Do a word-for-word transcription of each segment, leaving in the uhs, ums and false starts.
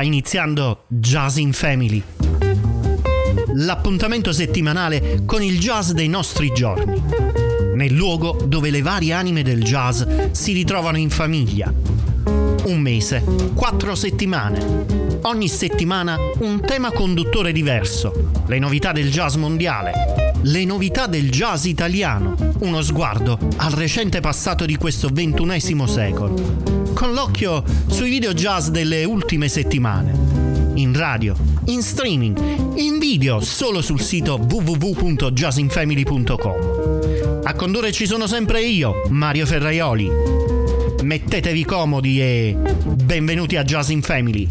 iniziando Jazz in Family, l'appuntamento settimanale con il jazz dei nostri giorni, nel luogo dove le varie anime del jazz si ritrovano in famiglia. Un mese, quattro settimane. Ogni settimana un tema conduttore diverso. Le novità del jazz mondiale, le novità del jazz italiano, uno sguardo al recente passato di questo ventunesimo secolo, con l'occhio sui video jazz delle ultime settimane. In radio, in streaming, in video solo sul sito w w w punto jazz in family punto com. A condurre ci sono sempre io, Mario Ferraioli. Mettetevi comodi e benvenuti a Jazz in Family.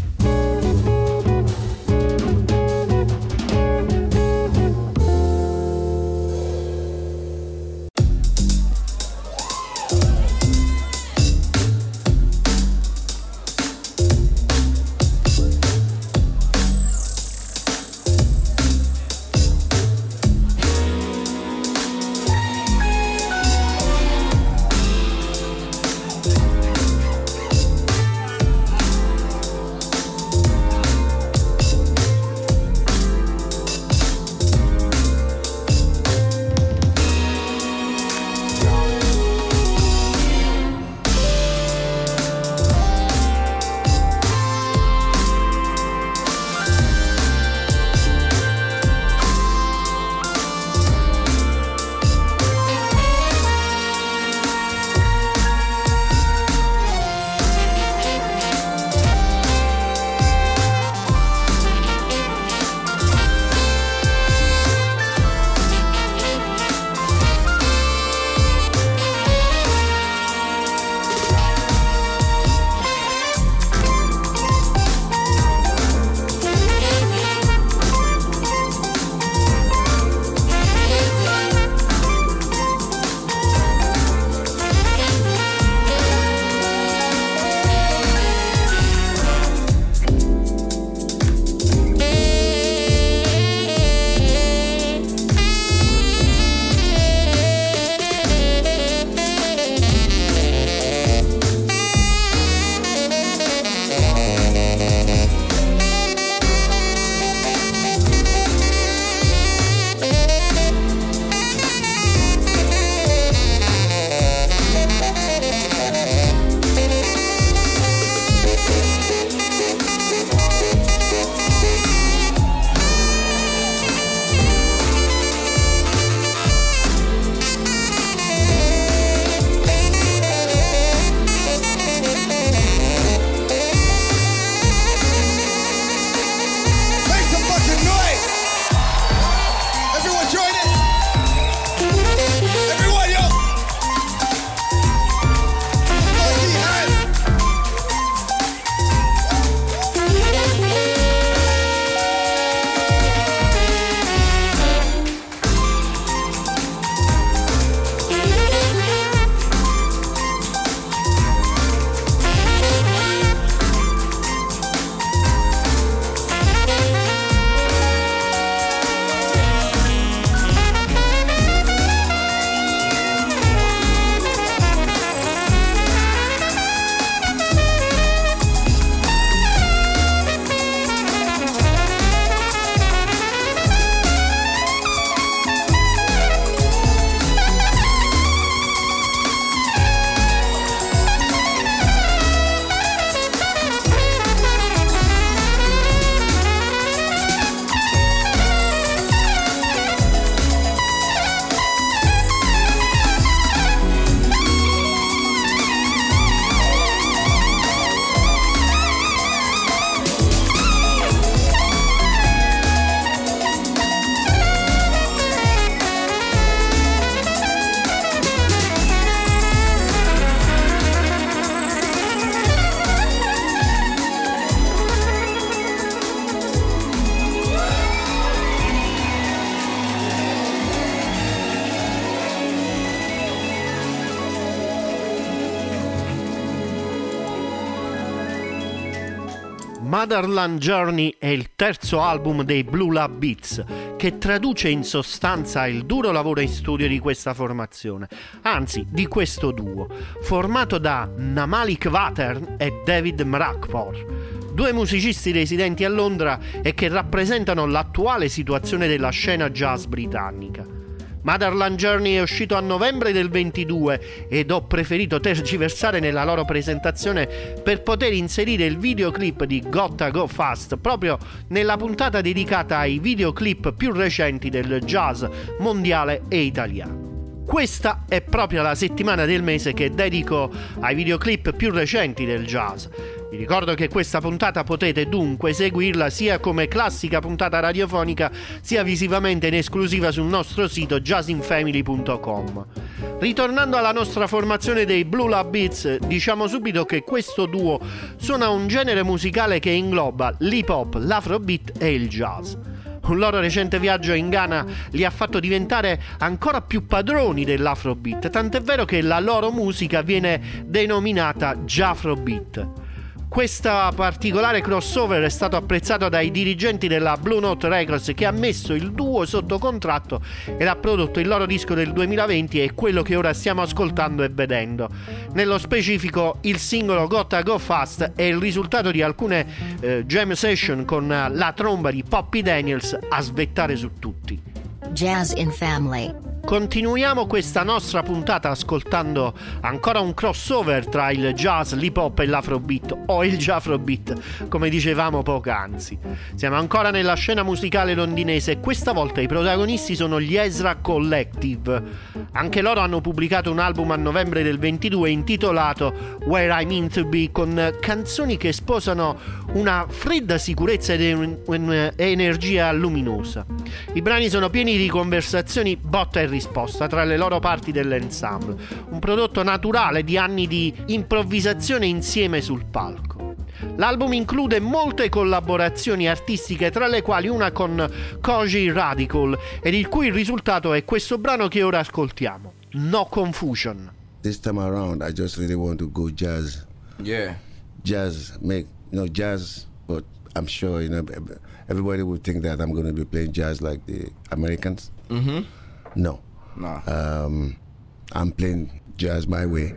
Motherland Journey è il terzo album dei Blue Lab Beats, che traduce in sostanza il duro lavoro in studio di questa formazione, anzi di questo duo, formato da Namalik Vatern e David Mrakpor, due musicisti residenti a Londra e che rappresentano l'attuale situazione della scena jazz britannica. Motherland Journey è uscito a novembre del ventidue ed ho preferito tergiversare nella loro presentazione per poter inserire il videoclip di Gotta Go Fast proprio nella puntata dedicata ai videoclip più recenti del jazz mondiale e italiano. Questa è proprio la settimana del mese che dedico ai videoclip più recenti del jazz. Vi ricordo che questa puntata potete dunque seguirla sia come classica puntata radiofonica sia visivamente in esclusiva sul nostro sito jazz in family punto com. Ritornando alla nostra formazione dei Blue Lab Beats, diciamo subito che questo duo suona un genere musicale che ingloba l'hip hop, l'afrobeat e il jazz. Un loro recente viaggio in Ghana li ha fatto diventare ancora più padroni dell'afrobeat, tant'è vero che la loro musica viene denominata Jafrobeat. Questa particolare crossover è stato apprezzato dai dirigenti della Blue Note Records, che ha messo il duo sotto contratto ed ha prodotto il loro disco del duemilaventi e quello che ora stiamo ascoltando e vedendo. Nello specifico il singolo Gotta Go Fast è il risultato di alcune eh, jam session con la tromba di Poppy Daniels a svettare su tutti. Jazz in Family. Continuiamo questa nostra puntata ascoltando ancora un crossover tra il jazz, l'hip hop e l'afrobeat, o il Jafrobeat, come dicevamo poc'anzi. Siamo ancora nella scena musicale londinese e questa volta i protagonisti sono gli Ezra Collective. Anche loro hanno pubblicato un album a novembre del ventidue intitolato Where I Mean to Be, con canzoni che sposano una fredda sicurezza ed un'energia luminosa. I brani sono pieni di conversazioni botta e risposta tra le loro parti dell'ensemble, un prodotto naturale di anni di improvvisazione insieme sul palco. L'album include molte collaborazioni artistiche, tra le quali una con Koji Radical, ed il cui risultato è questo brano che ora ascoltiamo, No Confusion. This time around I just really want to go jazz. Yeah. Jazz, make, you know, jazz, but I'm sure, you know, everybody would think that I'm going to be playing jazz like the Americans. Mm-hmm. No. Nah. Um, I'm playing jazz my way.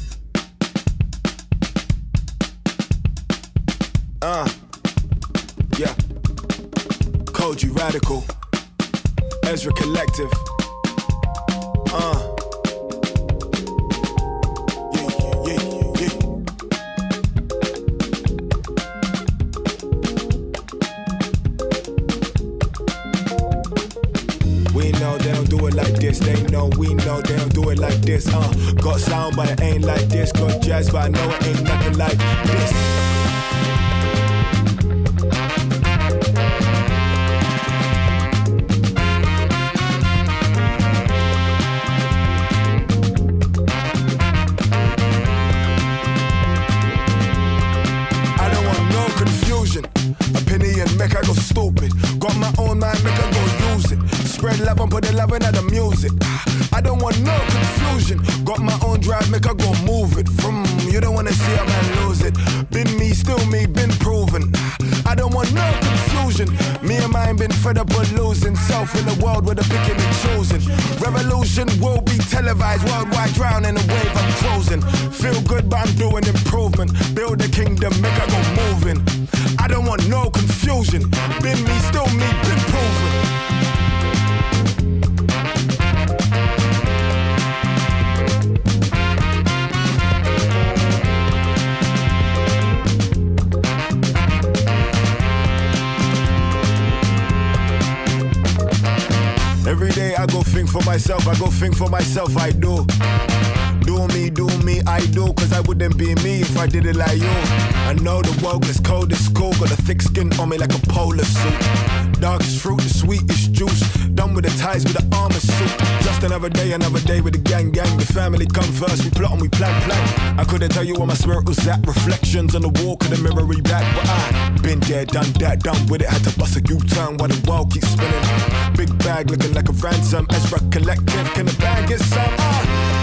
Uh, yeah. Koji Radical. Ezra Collective. Uh. Yeah, yeah, yeah, yeah. We know they don't do it like this. They know we know they don't do it like this. Uh, got sound, but it ain't like this. Got jazz, but I know it ain't nothing like this. I don't want no confusion. Opinion make I go stupid. Got my own mind, make I go use it. Spread love and put the love into the music. I don't want no confusion. Got my own drive, make I go move it. From you don't wanna see a man lose it. Been me, still me, been proven. I don't want no confusion. Me and mine been fed up with losing. Self in the world with the picking and choosing. Revolution will be televised. Worldwide drown in the wave I'm closing. Feel good but I'm doing improvement. Build a kingdom, make I go moving. I don't want no confusion. Been me, still me, been proven. Every day I go think for myself, I go think for myself, I do. Do me, do me, I do, cause I wouldn't be me if I did it like you. I know the world gets cold, it's cool, got a thick skin on me like a polar suit. Darkest fruit, the sweetest juice, done with the ties with the armor suit. Just another day, another day with the gang, gang. The family come first, we plot and we plan, plan. I couldn't tell you where my spirit was at. Reflections on the wall, couldn't mirror me back. But I been there, done that, done with it. Had to bust a U-turn while the world keeps spinning. Big bag looking like a ransom. Ezra Collective, can the bag get some? Ah.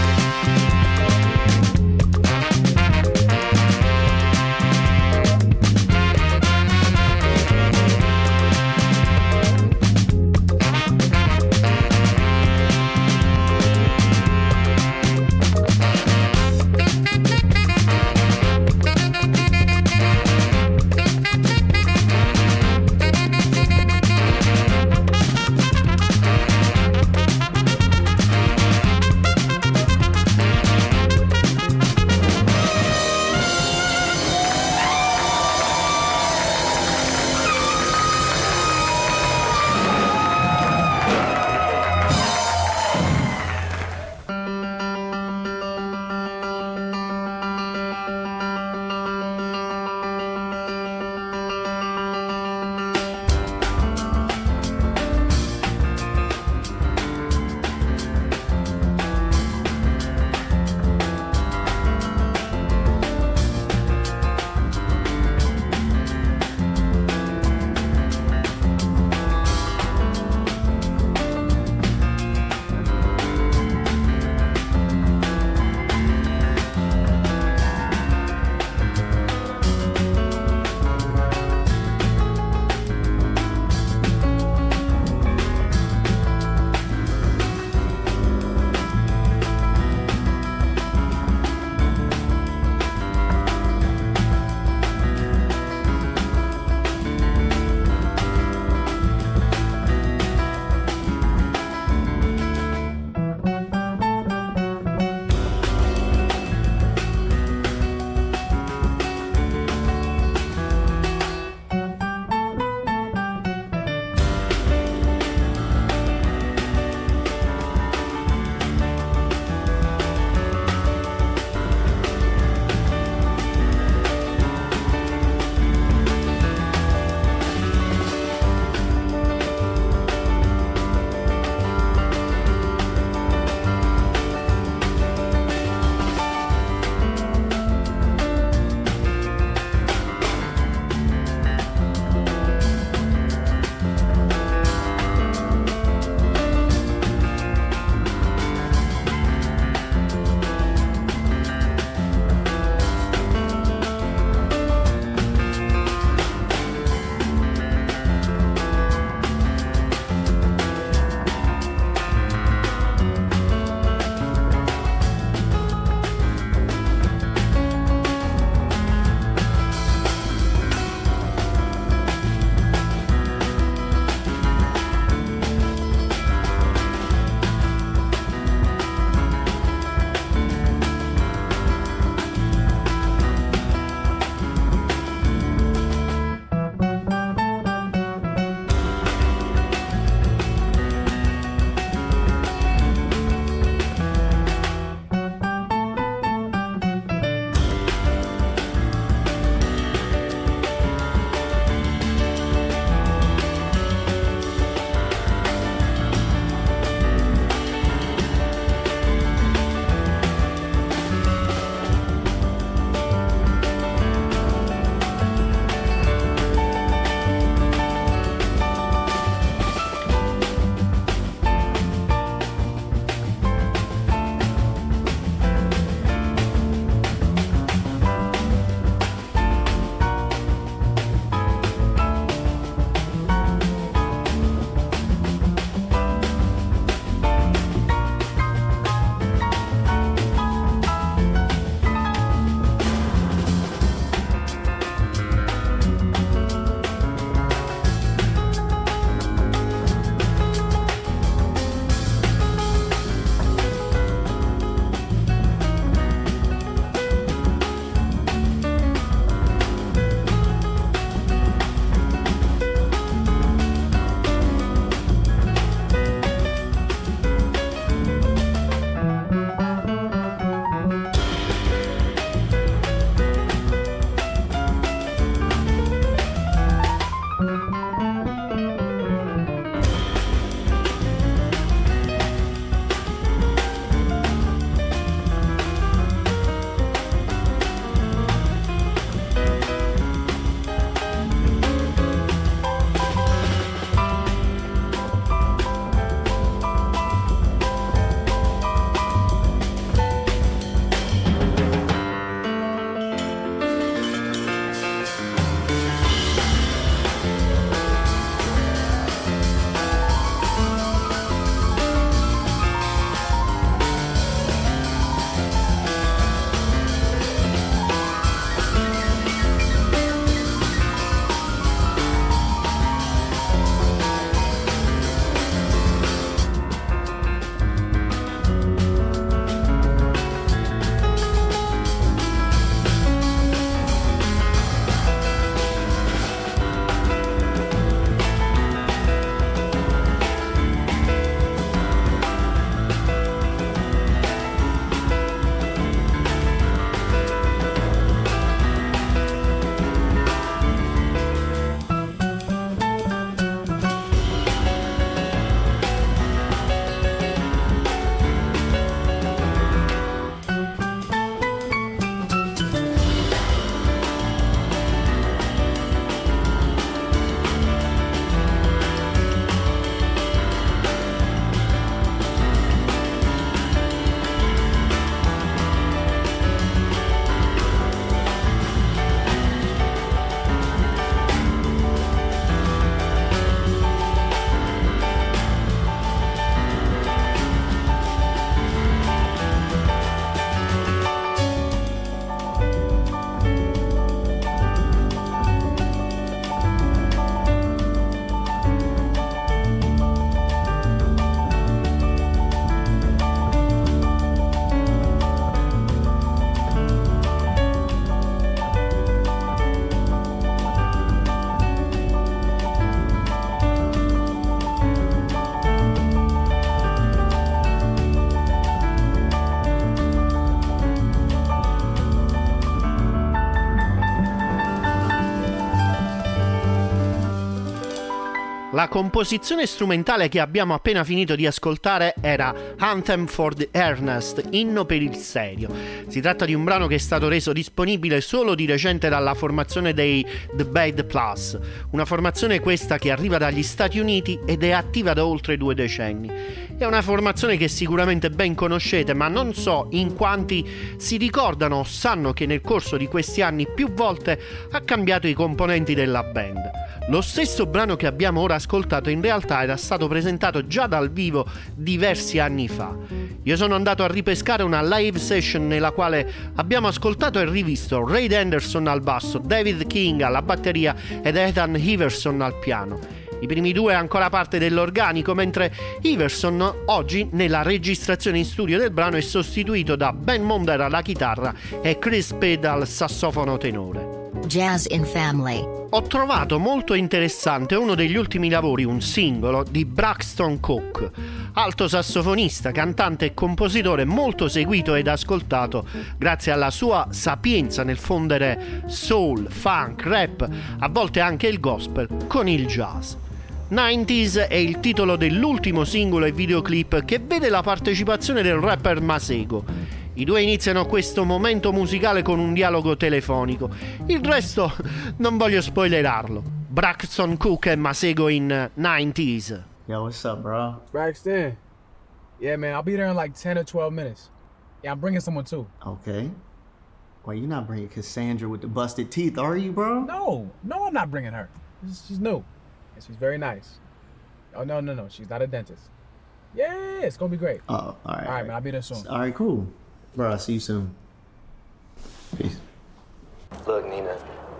La composizione strumentale che abbiamo appena finito di ascoltare era Anthem for the Earnest, inno per il serio. Si tratta di un brano che è stato reso disponibile solo di recente dalla formazione dei The Bad Plus, una formazione questa che arriva dagli Stati Uniti ed è attiva da oltre due decenni. È una formazione che sicuramente ben conoscete, ma non so in quanti si ricordano o sanno che nel corso di questi anni più volte ha cambiato i componenti della band. Lo stesso brano che abbiamo ora ascoltato in realtà era stato presentato già dal vivo diversi anni fa. Io sono andato a ripescare una live session nella quale abbiamo ascoltato e rivisto Ray Anderson al basso, David King alla batteria ed Ethan Iverson al piano. I primi due ancora parte dell'organico, mentre Iverson oggi nella registrazione in studio del brano è sostituito da Ben Monder alla chitarra e Chris Pedd al sassofono tenore. Jazz in Family. Ho trovato molto interessante uno degli ultimi lavori, un singolo di Braxton Cook, alto sassofonista, cantante e compositore molto seguito ed ascoltato grazie alla sua sapienza nel fondere soul, funk, rap, a volte anche il gospel con il jazz. novanta è il titolo dell'ultimo singolo e videoclip che vede la partecipazione del rapper Masego. I due iniziano questo momento musicale con un dialogo telefonico. Il resto non voglio spoilerarlo. Braxton Cook e Masego in novanta. Yo, what's up, bro? Braxton. Yeah, man, I'll be there in like ten or twelve minutes. Yeah, I'm bringing someone too. Okay. Well, you're not bringing Cassandra with the busted teeth, are you, bro? No, no, I'm not bringing her. She's, she's new. And she's very nice. Oh, no, no, no, she's not a dentist. Yeah, it's gonna be great. Oh, all right. All right, man, I'll be there soon. All right, cool. Bro, I'll see you soon. Peace. Look, Nina,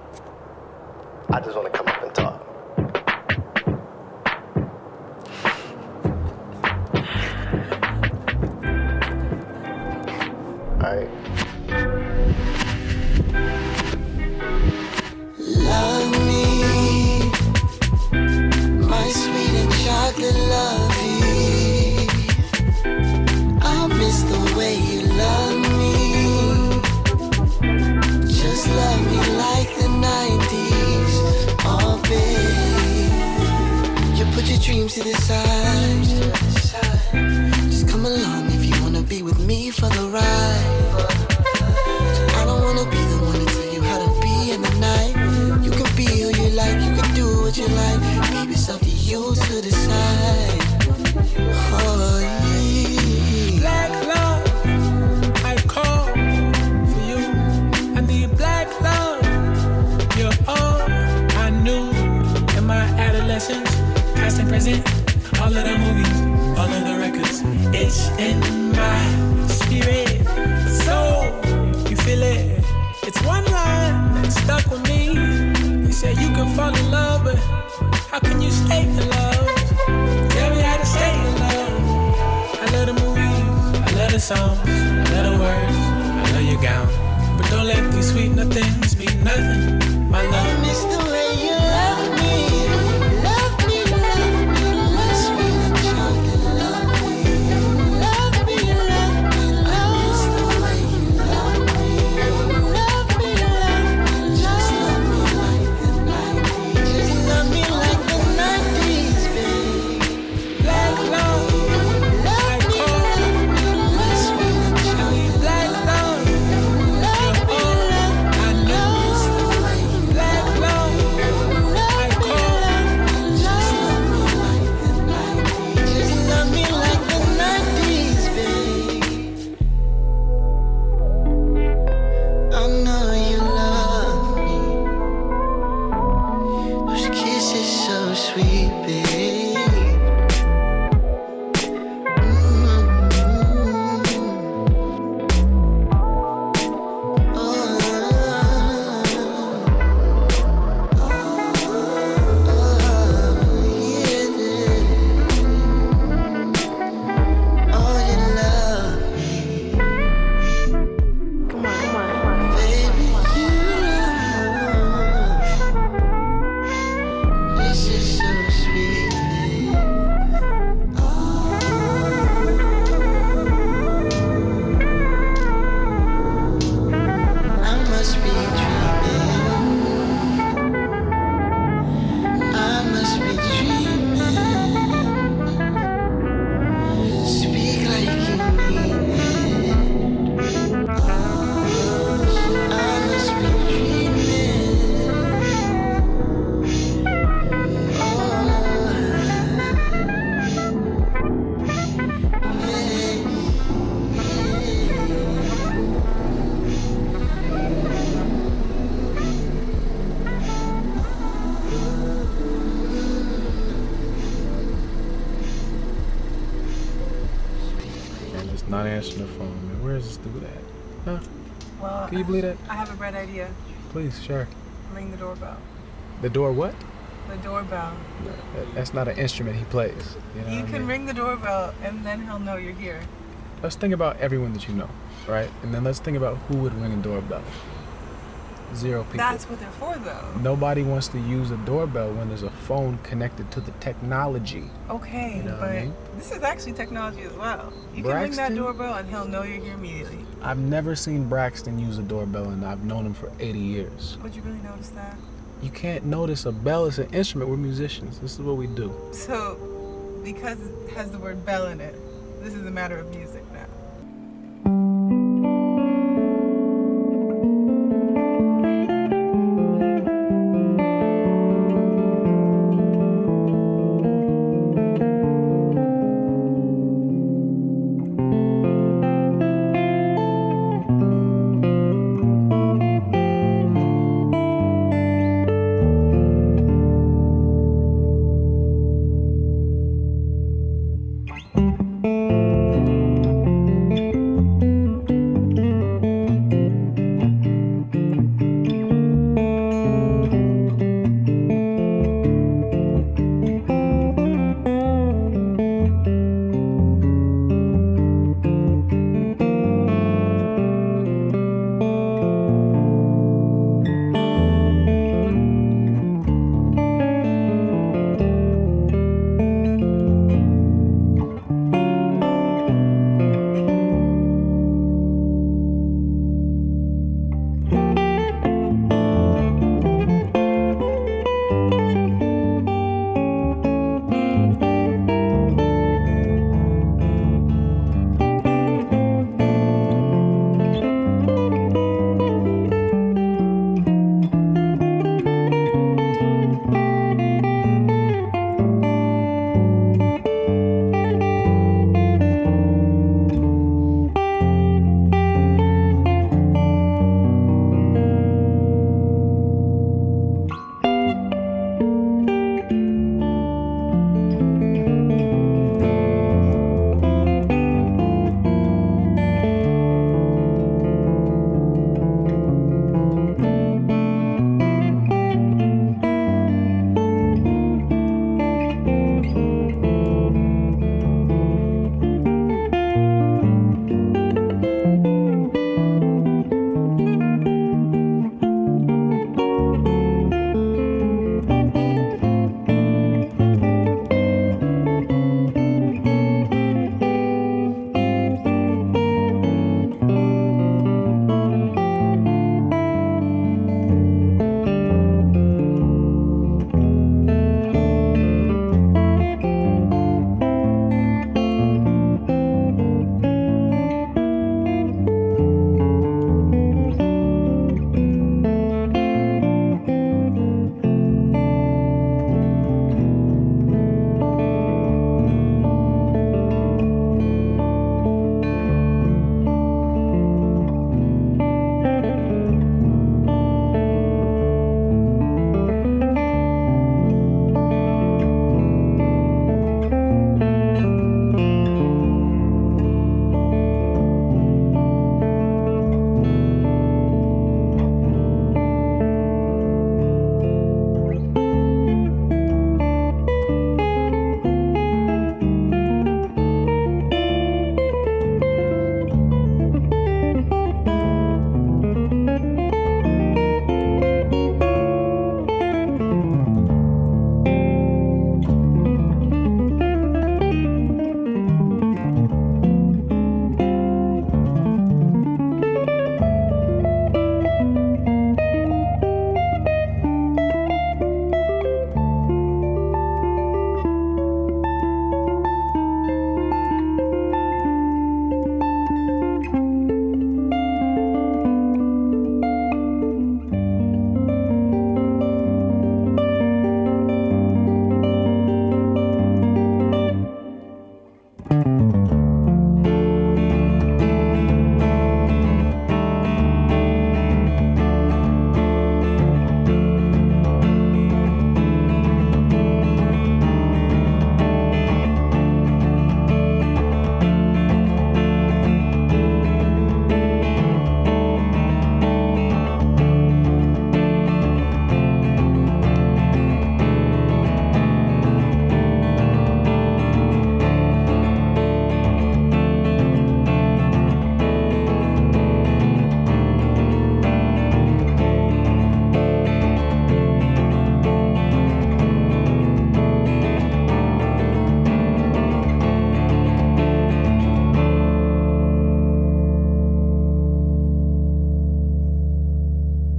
I just want to come up and talk. All right. Love me, my sweet and chocolate lovey. I miss the way you love me. Just love me like the nineties. Oh, babe, you put your dreams to the side. Just come along if you wanna be with me for the ride. I don't wanna be the one to tell you how to be in the night. You can be who you like, you can do what you like. Baby, it's up to you to decide. Oh, yeah. Black love, I call for you. I need black love. You're all I knew in my adolescence, past and present. All of the movies, all of the records, it's in my spirit. So, you feel it? It's one line that stuck with me. You said you can fall in love, but how can you stay in love? Tell me how to stay in love. I love the movies, I love the songs, I love the words, I love your gown. But don't let these sweet nothings mean nothing, my love. I miss the way you love me. Love me, love me, love sweet and chocolate love me. Love me, love me, love. I miss the way you love me. Love me, love me, just love me like the nineties. Just love me like the nineties, babe. Black love, Love me, love me, love sweet and I need chocolate. black love. Love me, love me, I know. love. answering the phone, man. Where is this dude at? Huh? Well, Can you believe that? I have a bright idea. Please, sure. Ring the doorbell. The door what? The doorbell. That- That's not an instrument he plays. You, know You what I can mean? ring the doorbell, and then he'll know you're here. Let's think about everyone that you know, right? And then let's think about who would ring a doorbell. Zero people. That's what they're for, though. Nobody wants to use a doorbell when there's a phone connected to the technology. Okay, You know what but I mean? this is actually technology as well. You can ring that Braxton? doorbell, and he'll know you're here immediately. I've never seen Braxton use a doorbell, and I've known him for eighty years. Would you really notice that? You can't notice a bell is an instrument. We're musicians. This is what we do. So, because it has the word bell in it, this is a matter of music now.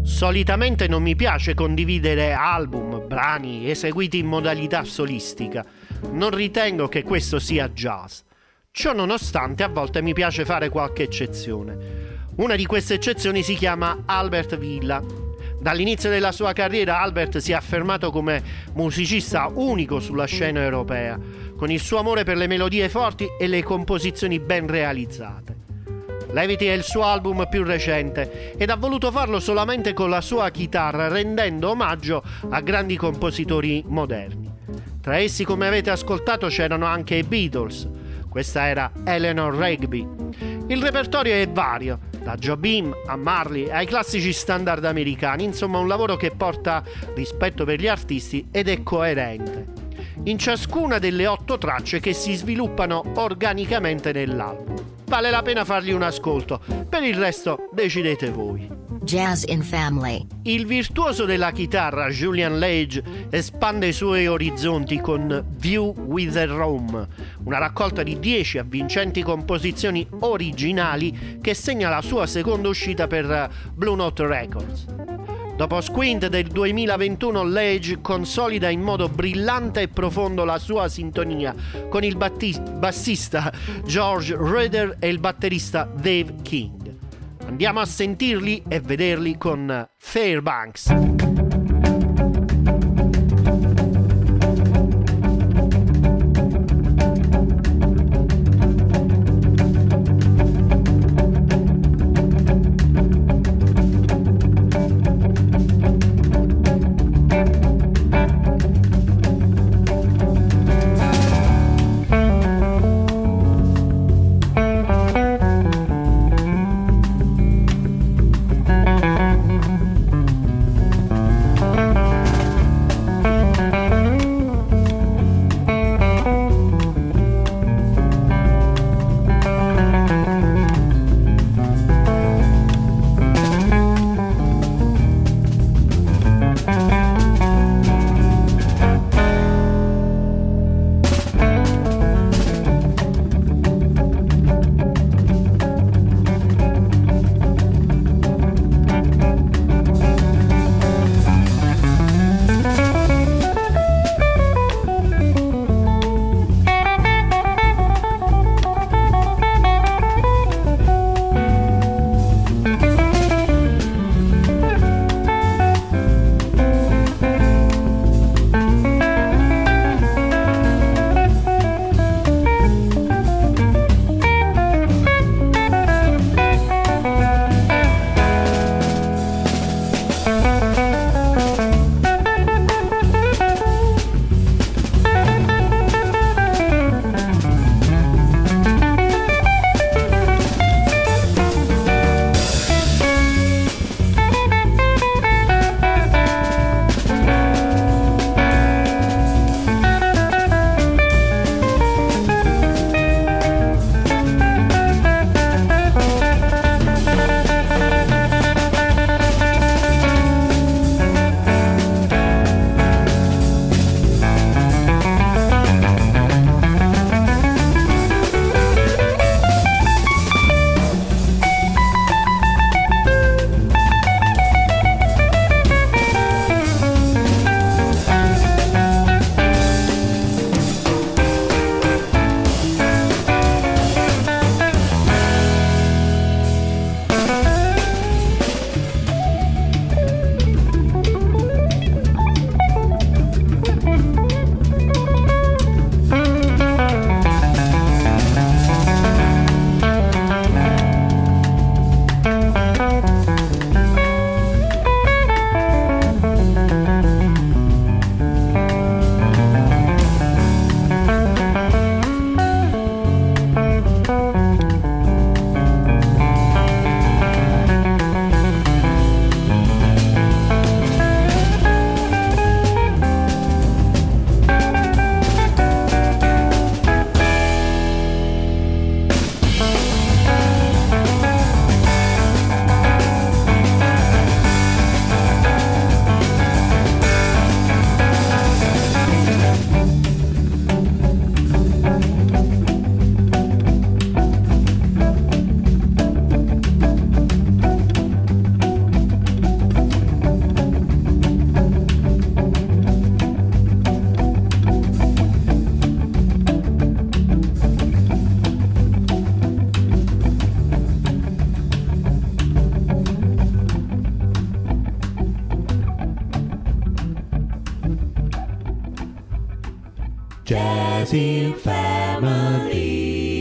Solitamente non mi piace condividere album, brani eseguiti in modalità solistica. Non ritengo che questo sia jazz. Ciò nonostante, a volte mi piace fare qualche eccezione. Una di queste eccezioni si chiama Albert Villa. Dall'inizio della sua carriera Albert si è affermato come musicista unico sulla scena europea, con il suo amore per le melodie forti e le composizioni ben realizzate. Levity è il suo album più recente ed ha voluto farlo solamente con la sua chitarra, rendendo omaggio a grandi compositori moderni. Tra essi, come avete ascoltato, c'erano anche i Beatles. Questa era Eleanor Rigby. Il repertorio è vario, da Jobim a Marley ai classici standard americani, insomma un lavoro che porta rispetto per gli artisti ed è coerente in ciascuna delle otto tracce che si sviluppano organicamente nell'album. Vale la pena fargli un ascolto, per il resto decidete voi. Jazz in Family. Il virtuoso della chitarra Julian Lage espande i suoi orizzonti con View with the Rome, una raccolta di dieci avvincenti composizioni originali che segna la sua seconda uscita per Blue Note Records. Dopo Squint del duemilaventuno, Lage consolida in modo brillante e profondo la sua sintonia con il batti- bassista George Roeder e il batterista Dave King. Andiamo a sentirli e vederli con Fairbanks. Jazzin' Family.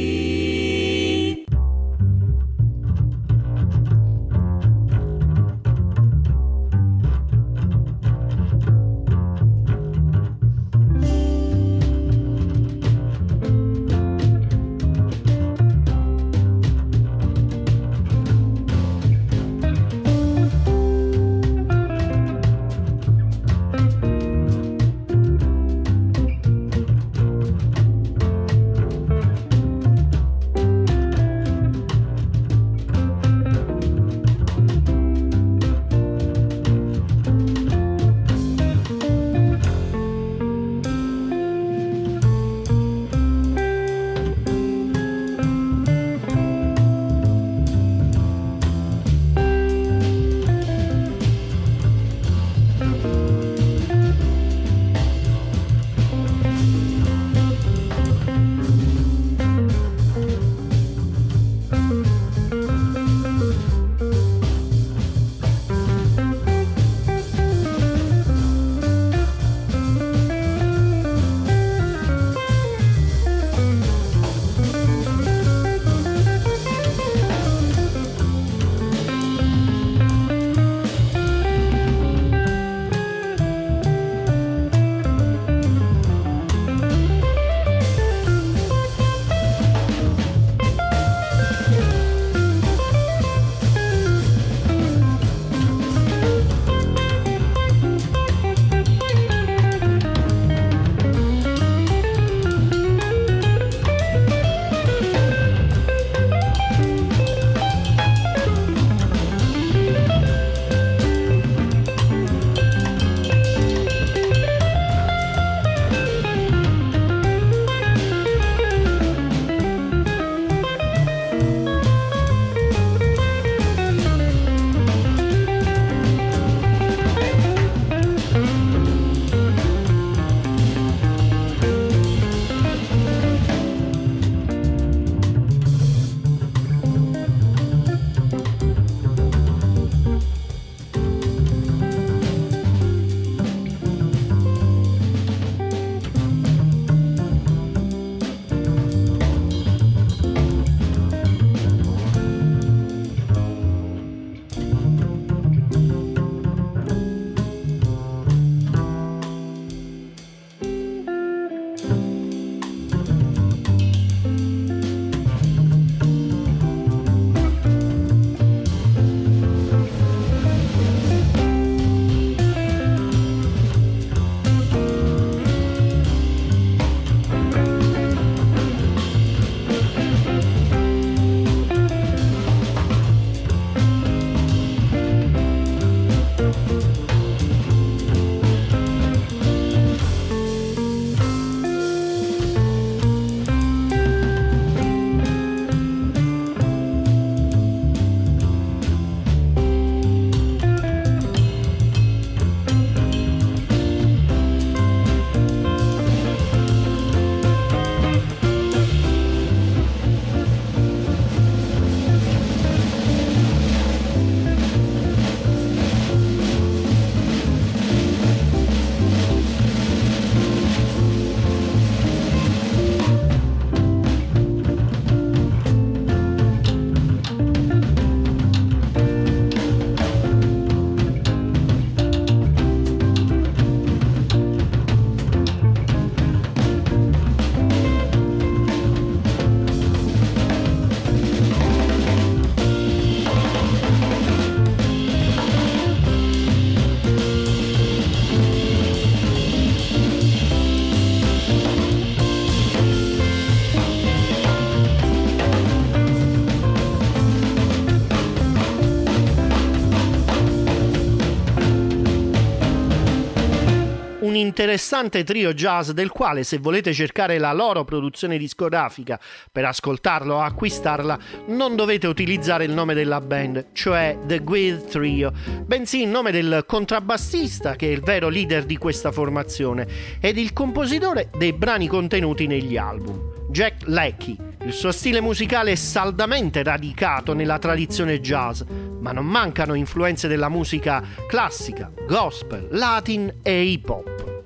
un interessante trio jazz del quale, se volete cercare la loro produzione discografica per ascoltarlo o acquistarla, non dovete utilizzare il nome della band, cioè The Guild Trio, bensì il nome del contrabbassista, che è il vero leader di questa formazione ed il compositore dei brani contenuti negli album, Jack Leckie. Il suo stile musicale è saldamente radicato nella tradizione jazz, ma non mancano influenze della musica classica, gospel, latin e hip hop.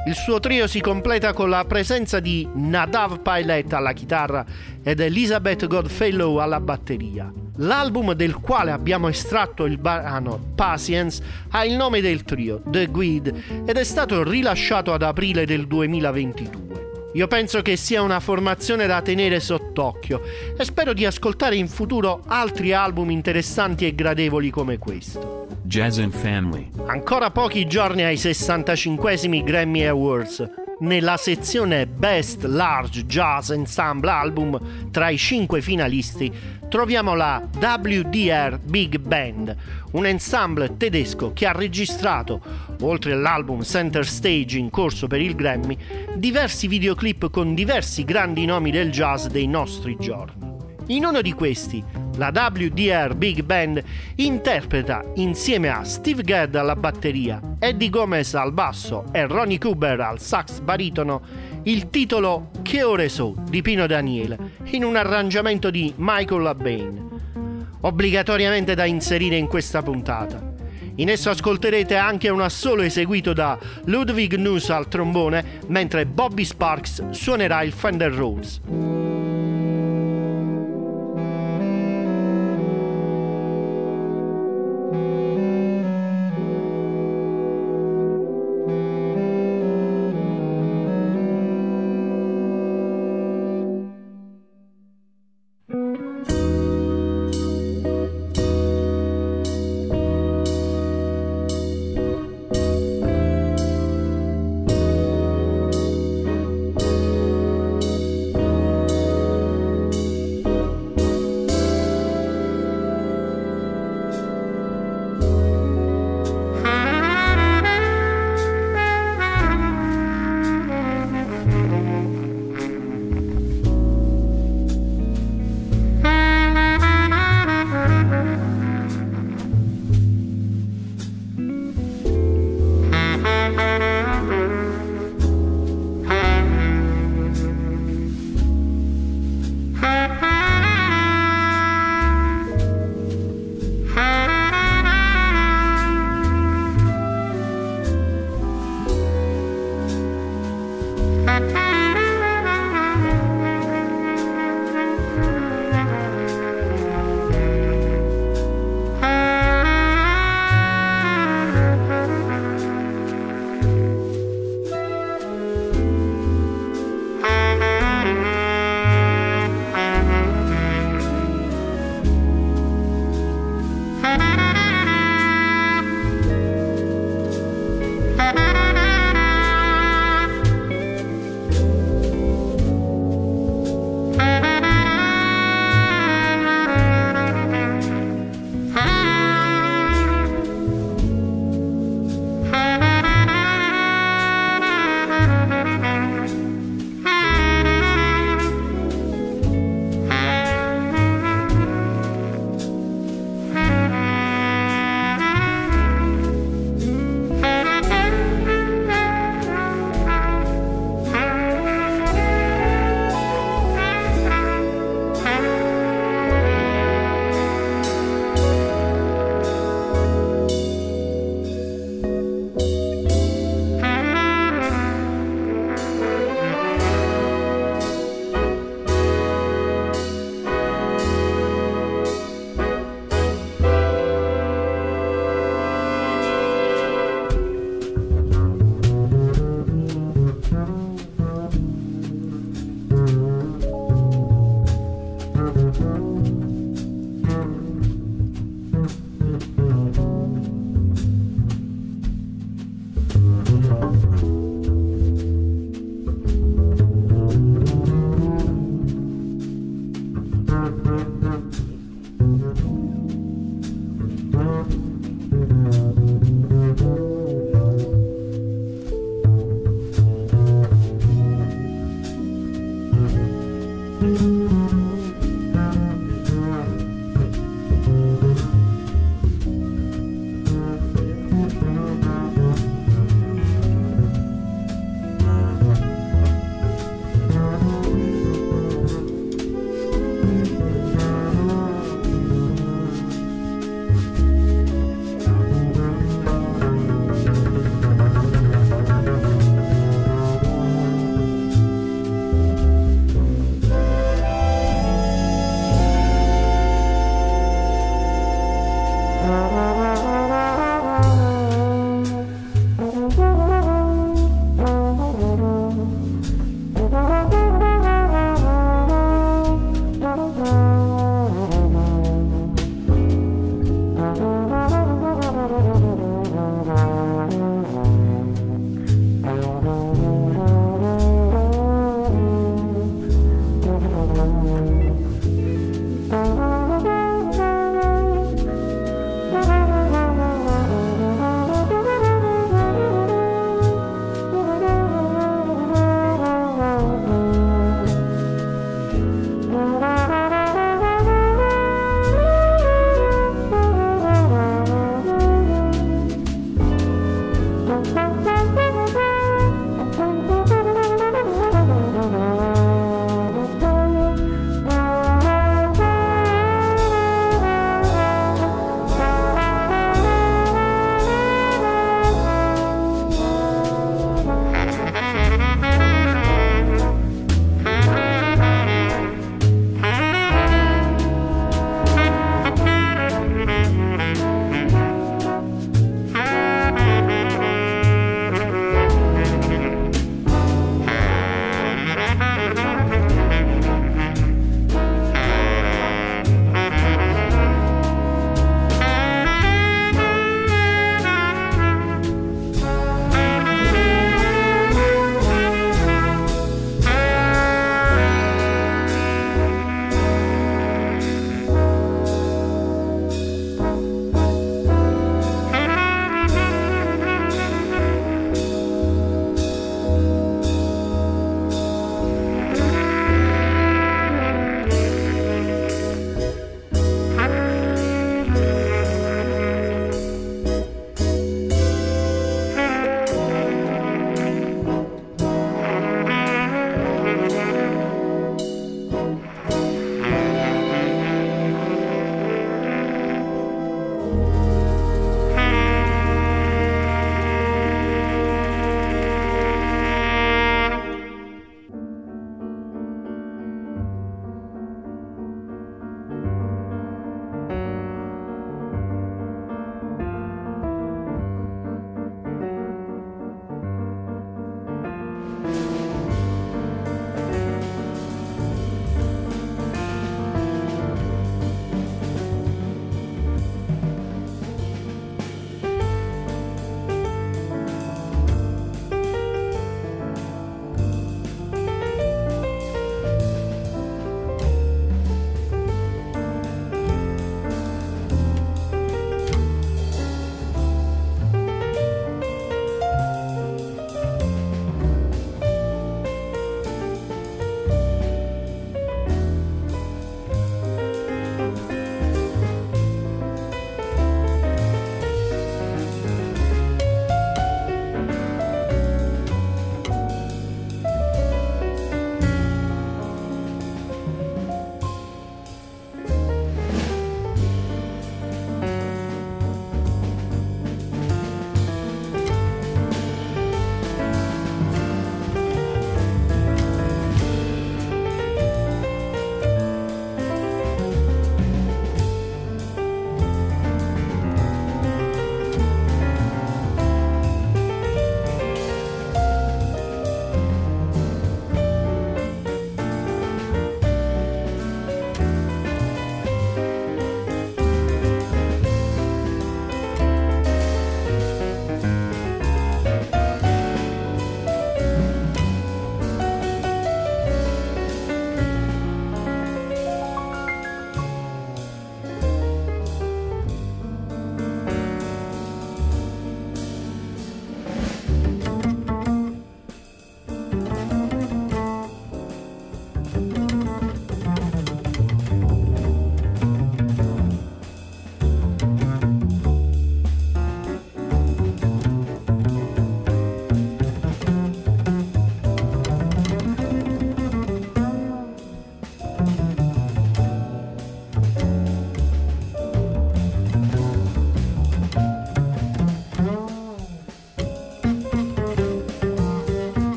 Il suo trio si completa con la presenza di Nadav Pilot alla chitarra ed Elizabeth Goodfellow alla batteria. L'album del quale abbiamo estratto il brano Patience ha il nome del trio, The Guide, ed è stato rilasciato ad aprile del duemilaventidue. Io penso che sia una formazione da tenere sott'occhio e spero di ascoltare in futuro altri album interessanti e gradevoli come questo. Jazz and Family. Ancora pochi giorni ai sessantacinquesimi Grammy Awards. Nella sezione Best Large Jazz Ensemble Album, tra i cinque finalisti, troviamo la W D R Big Band, un ensemble tedesco che ha registrato, oltre all'album Center Stage in corso per il Grammy, diversi videoclip con diversi grandi nomi del jazz dei nostri giorni. In uno di questi, la W D R Big Band interpreta insieme a Steve Gadd alla batteria, Eddie Gomez al basso e Ronnie Cooper al sax baritono il titolo Che ore so di Pino Daniele in un arrangiamento di Michael Labane, obbligatoriamente da inserire in questa puntata. In esso ascolterete anche un assolo eseguito da Ludwig Nuss al trombone, mentre Bobby Sparks suonerà il Fender Rhodes.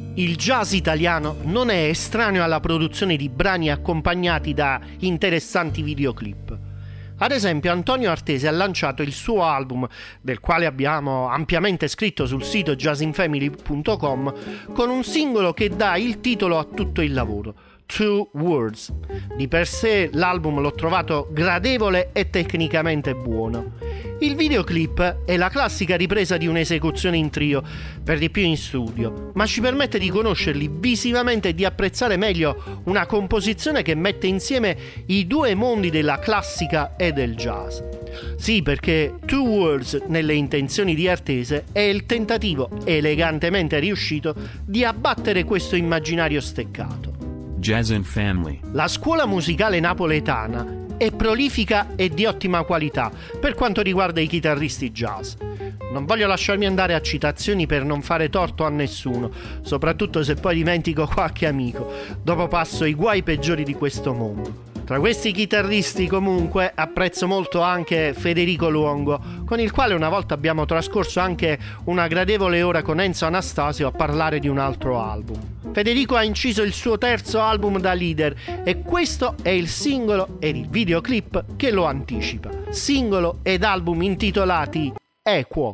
Il jazz italiano non è estraneo alla produzione di brani accompagnati da interessanti videoclip. Ad esempio, Antonio Artese ha lanciato il suo album, del quale abbiamo ampiamente scritto sul sito jazz in family punto com, con un singolo che dà il titolo a tutto il lavoro, Two Words. Di per sé l'album l'ho trovato gradevole e tecnicamente buono. Il videoclip è la classica ripresa di un'esecuzione in trio, per di più in studio, ma ci permette di conoscerli visivamente e di apprezzare meglio una composizione che mette insieme i due mondi della classica e del jazz. Sì, perché Two Words nelle intenzioni di Artese è il tentativo elegantemente riuscito di abbattere questo immaginario steccato. Jazz and Family. La scuola musicale napoletana è prolifica e di ottima qualità per quanto riguarda i chitarristi jazz. Non voglio lasciarmi andare a citazioni per non fare torto a nessuno, soprattutto se poi dimentico qualche amico. Dopo passo i guai peggiori di questo mondo. Tra questi chitarristi comunque apprezzo molto anche Federico Luongo, con il quale una volta abbiamo trascorso anche una gradevole ora con Enzo Anastasio a parlare di un altro album. Federico ha inciso il suo terzo album da leader e questo è il singolo e il videoclip che lo anticipa. Singolo ed album intitolati Equo.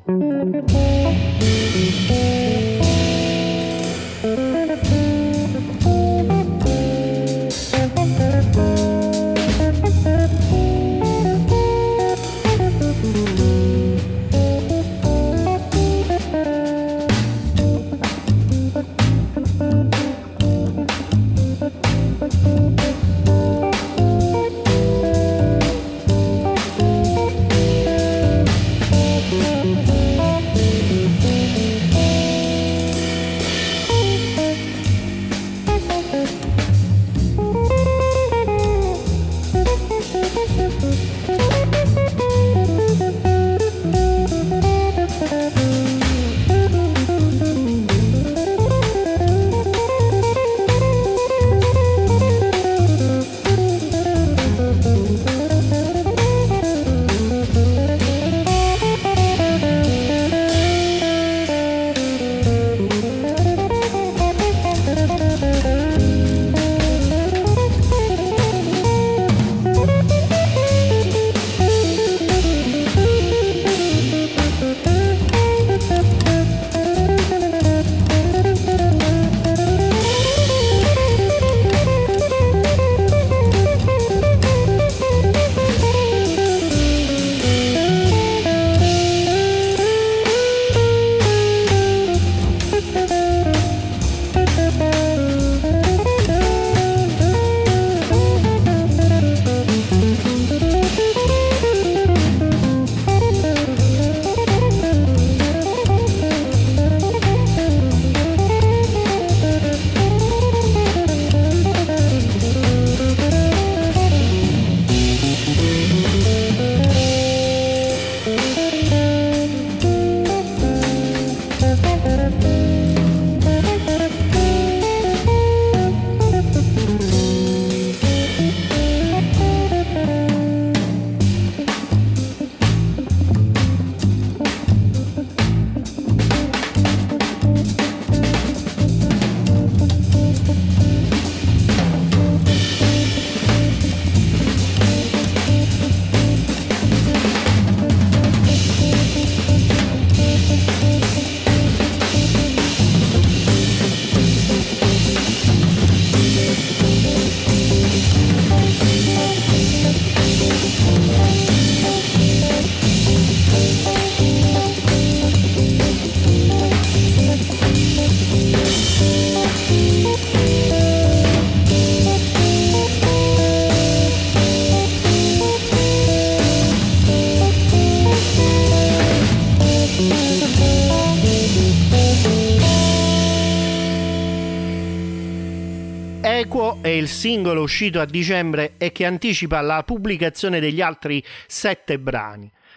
Equo è il singolo uscito a dicembre e che anticipa la pubblicazione degli altri sette brani.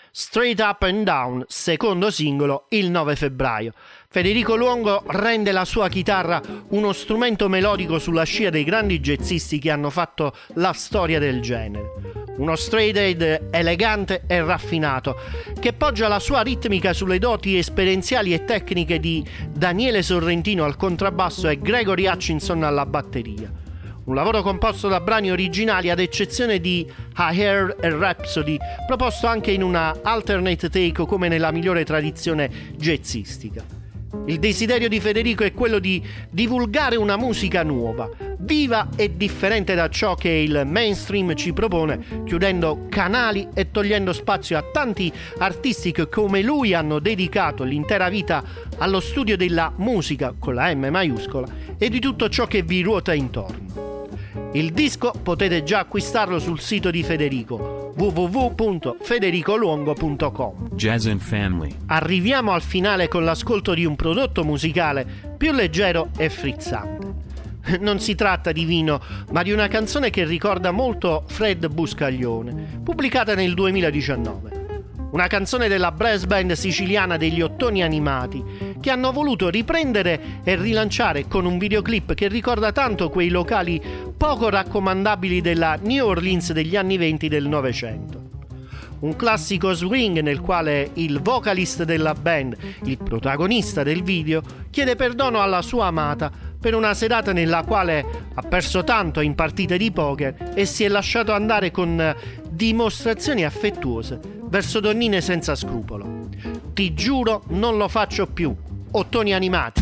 Straight Up and Down, secondo singolo, il nove febbraio. Federico Luongo rende la sua chitarra uno strumento melodico sulla scia dei grandi jazzisti che hanno fatto la storia del genere. Uno straight edge elegante e raffinato, che poggia la sua ritmica sulle doti esperienziali e tecniche di Daniele Sorrentino al contrabbasso e Gregory Hutchinson alla batteria. Un lavoro composto da brani originali ad eccezione di A Hair e Rhapsody, proposto anche in una alternate take come nella migliore tradizione jazzistica. Il desiderio di Federico è quello di divulgare una musica nuova, viva e differente da ciò che il mainstream ci propone, chiudendo canali e togliendo spazio a tanti artisti che come lui hanno dedicato l'intera vita allo studio della musica, con la M maiuscola, e di tutto ciò che vi ruota intorno. Il disco potete già acquistarlo sul sito di Federico, w w w punto federico luongo punto com. Jazz and Family. Arriviamo al finale con l'ascolto di un prodotto musicale più leggero e frizzante. Non si tratta di vino, ma di una canzone che ricorda molto Fred Buscaglione, pubblicata nel duemiladiciannove. Una canzone della brass band siciliana degli Ottoni Animati, che hanno voluto riprendere e rilanciare con un videoclip che ricorda tanto quei locali poco raccomandabili della New Orleans degli anni venti del Novecento. Un classico swing nel quale il vocalist della band, il protagonista del video, chiede perdono alla sua amata per una serata nella quale ha perso tanto in partite di poker e si è lasciato andare con dimostrazioni affettuose verso donnine senza scrupolo. Ti giuro non lo faccio più. Ottoni Animati.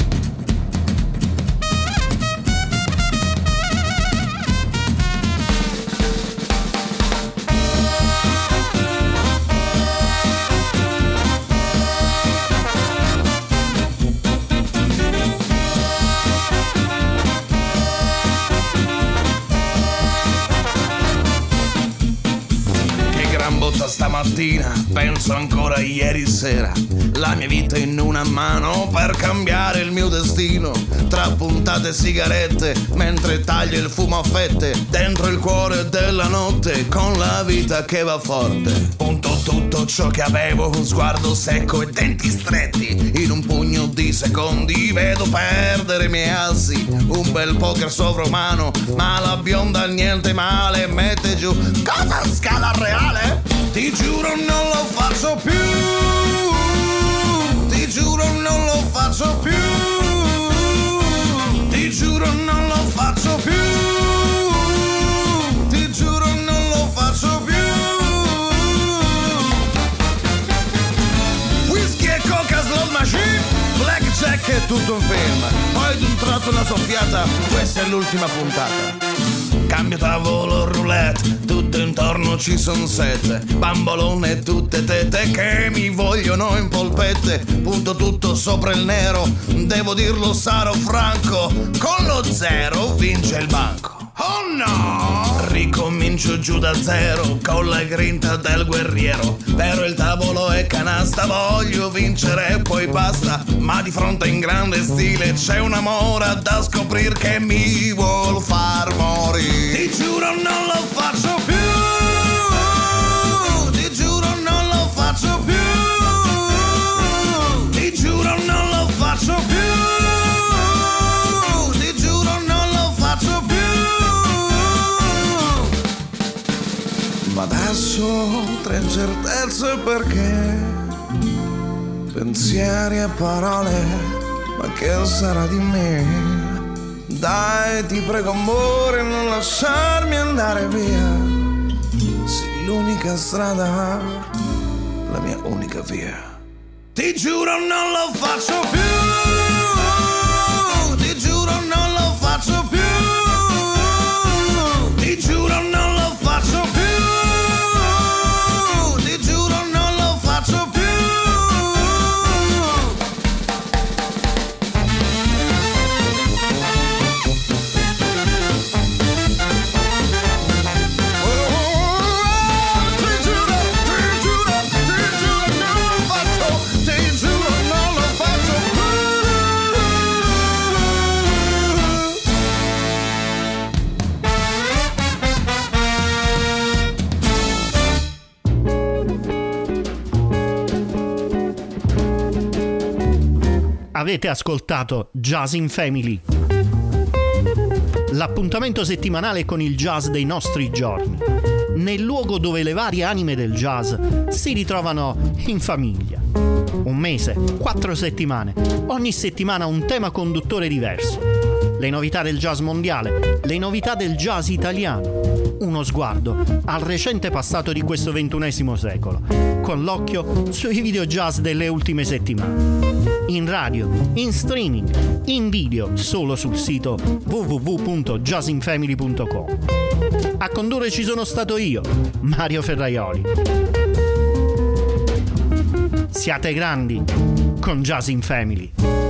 Stamattina penso ancora a ieri sera, la mia vita in una mano per cambiare il mio destino, tra puntate e sigarette mentre taglio il fumo a fette, dentro il cuore della notte con la vita che va forte. Punto tutto ciò che avevo, un sguardo secco e denti stretti, in un pugno di secondi vedo perdere i miei assi, un bel poker sovrumano, ma la bionda niente male mette giù. Cosa scala reale? Ti giuro non lo faccio più, ti giuro non lo faccio più, ti giuro non lo faccio più, ti giuro non lo faccio più. Whisky e coca, slot machine, blackjack e tutto un film, poi d'un tratto una soffiata, questa è l'ultima puntata. Cambio tavolo, roulette, tutto intorno ci son sette bambolone e tutte tette che mi vogliono in polpette. Punto tutto sopra il nero, devo dirlo sarò franco, con lo zero vince il banco. Oh no! Ricomincio giù da zero con la grinta del guerriero, però il tavolo è canasta, voglio vincere e poi basta, ma di fronte in grande stile c'è una mora da scoprire che mi vuol far morire. Ti giuro non lo faccio più, ti giuro non lo faccio più, ti giuro non lo faccio più, ti giuro non lo faccio più. Ma adesso ho tre incertezze perché pensieri e parole, ma che sarà di me? Dai, ti prego amore, non lasciarmi andare via, sei l'unica strada, la mia unica via. Ti giuro non lo faccio più, ti giuro non lo faccio più, ti giuro non lo faccio più, ti giuro non lo faccio più. Ti giuro non lo faccio più. Avete ascoltato Jazz in Family, l'appuntamento settimanale con il jazz dei nostri giorni, nel luogo dove le varie anime del jazz si ritrovano in famiglia. Un mese, quattro settimane, ogni settimana un tema conduttore diverso. Le novità del jazz mondiale, le novità del jazz italiano. Uno sguardo al recente passato di questo ventunesimo secolo, con l'occhio sui video jazz delle ultime settimane. In radio, in streaming, in video, solo sul sito w w w punto jazz in family punto com. A condurre ci sono stato io, Mario Ferraioli. Siate grandi con Jazz in Family.